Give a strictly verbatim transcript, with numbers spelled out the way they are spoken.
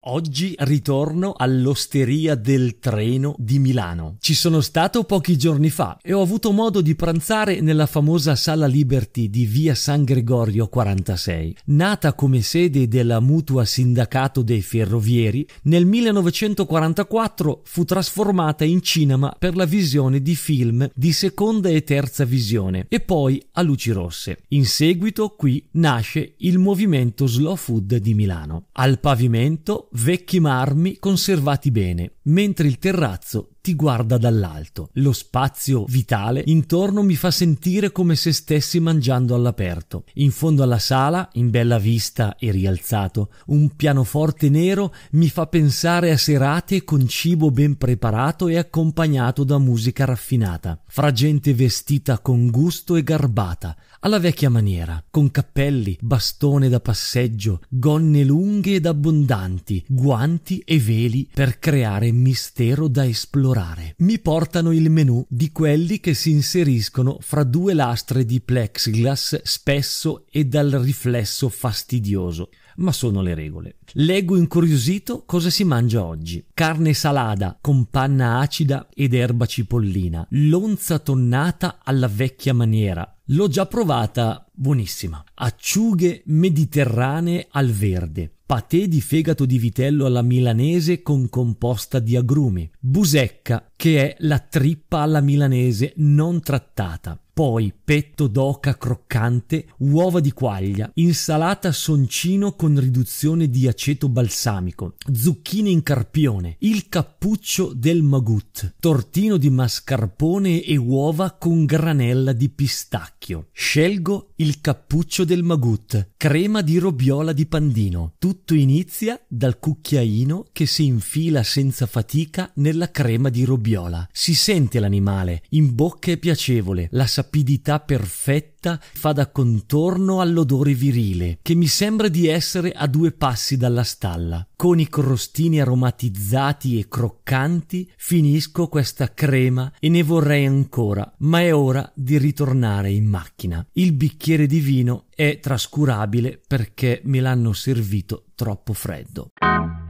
Oggi ritorno all'Osteria del Treno di Milano. Ci sono stato pochi giorni fa e ho avuto modo di pranzare nella famosa Sala Liberty di via San Gregorio quarantasei. Nata come sede della Mutua Sindacato dei Ferrovieri, nel millenovecentoquarantaquattro fu trasformata in cinema per la visione di film di seconda e terza visione e poi a luci rosse. In seguito qui nasce il movimento Slow Food di Milano. Al pavimento vecchi marmi conservati bene, mentre il terrazzo ti guarda dall'alto. Lo spazio vitale intorno mi fa sentire come se stessi mangiando all'aperto. In fondo alla sala, in bella vista e rialzato, un pianoforte nero mi fa pensare a serate con cibo ben preparato e accompagnato da musica raffinata, fra gente vestita con gusto e garbata, alla vecchia maniera, con cappelli, bastone da passeggio, gonne lunghe ed abbondanti, guanti e veli per creare mistero da esplorare. Mi portano il menù di quelli che si inseriscono fra due lastre di plexiglass spesso e dal riflesso fastidioso. Ma sono le regole. Leggo incuriosito cosa si mangia oggi. Carne salata con panna acida ed erba cipollina, lonza tonnata alla vecchia maniera. L'ho già provata, buonissima. Acciughe mediterranee al verde. Patè di fegato di vitello alla milanese con composta di agrumi. Busecca, che è la trippa alla milanese non trattata. Poi petto d'oca croccante, uova di quaglia, insalata soncino con riduzione di aceto balsamico, zucchine in carpione, il cappuccio del magut, tortino di mascarpone e uova con granella di pistacchio. Scelgo il cappuccio del magut, crema di robiola di pandino. Tutto inizia dal cucchiaino che si infila senza fatica nella crema di robiola. Si sente l'animale, in bocca è piacevole, la sapidità perfetta fa da contorno all'odore virile, che mi sembra di essere a due passi dalla stalla. Con i crostini aromatizzati e croccanti finisco questa crema e ne vorrei ancora, ma è ora di ritornare in macchina. Il bicchiere di vino è trascurabile perché me l'hanno servito troppo freddo.